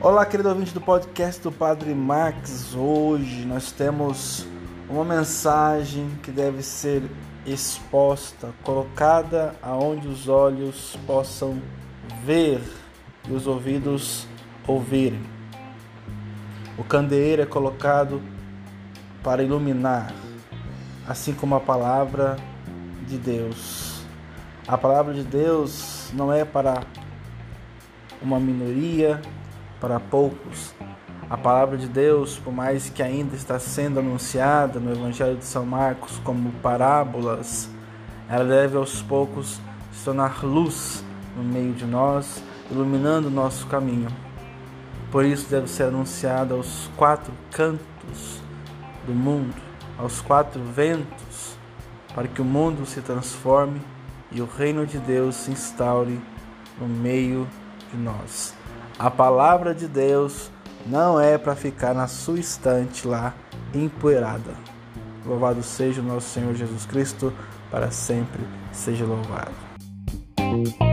Olá, querido ouvinte do podcast do Padre Max. Hoje nós temos uma mensagem que deve ser exposta, colocada aonde os olhos possam ver e os ouvidos ouvirem. O candeeiro é colocado para iluminar, assim como a palavra de Deus. A palavra de Deus não é para uma minoria, para poucos. A palavra de Deus, por mais que ainda está sendo anunciada no Evangelho de São Marcos como parábolas, ela deve aos poucos se tornar luz no meio de nós, iluminando o nosso caminho. Por isso deve ser anunciada aos quatro cantos do mundo, aos quatro ventos, para que o mundo se transforme e o reino de Deus se instaure no meio de nós. A palavra de Deus não é para ficar na sua estante lá empoeirada. Louvado seja o nosso Senhor Jesus Cristo, para sempre seja louvado.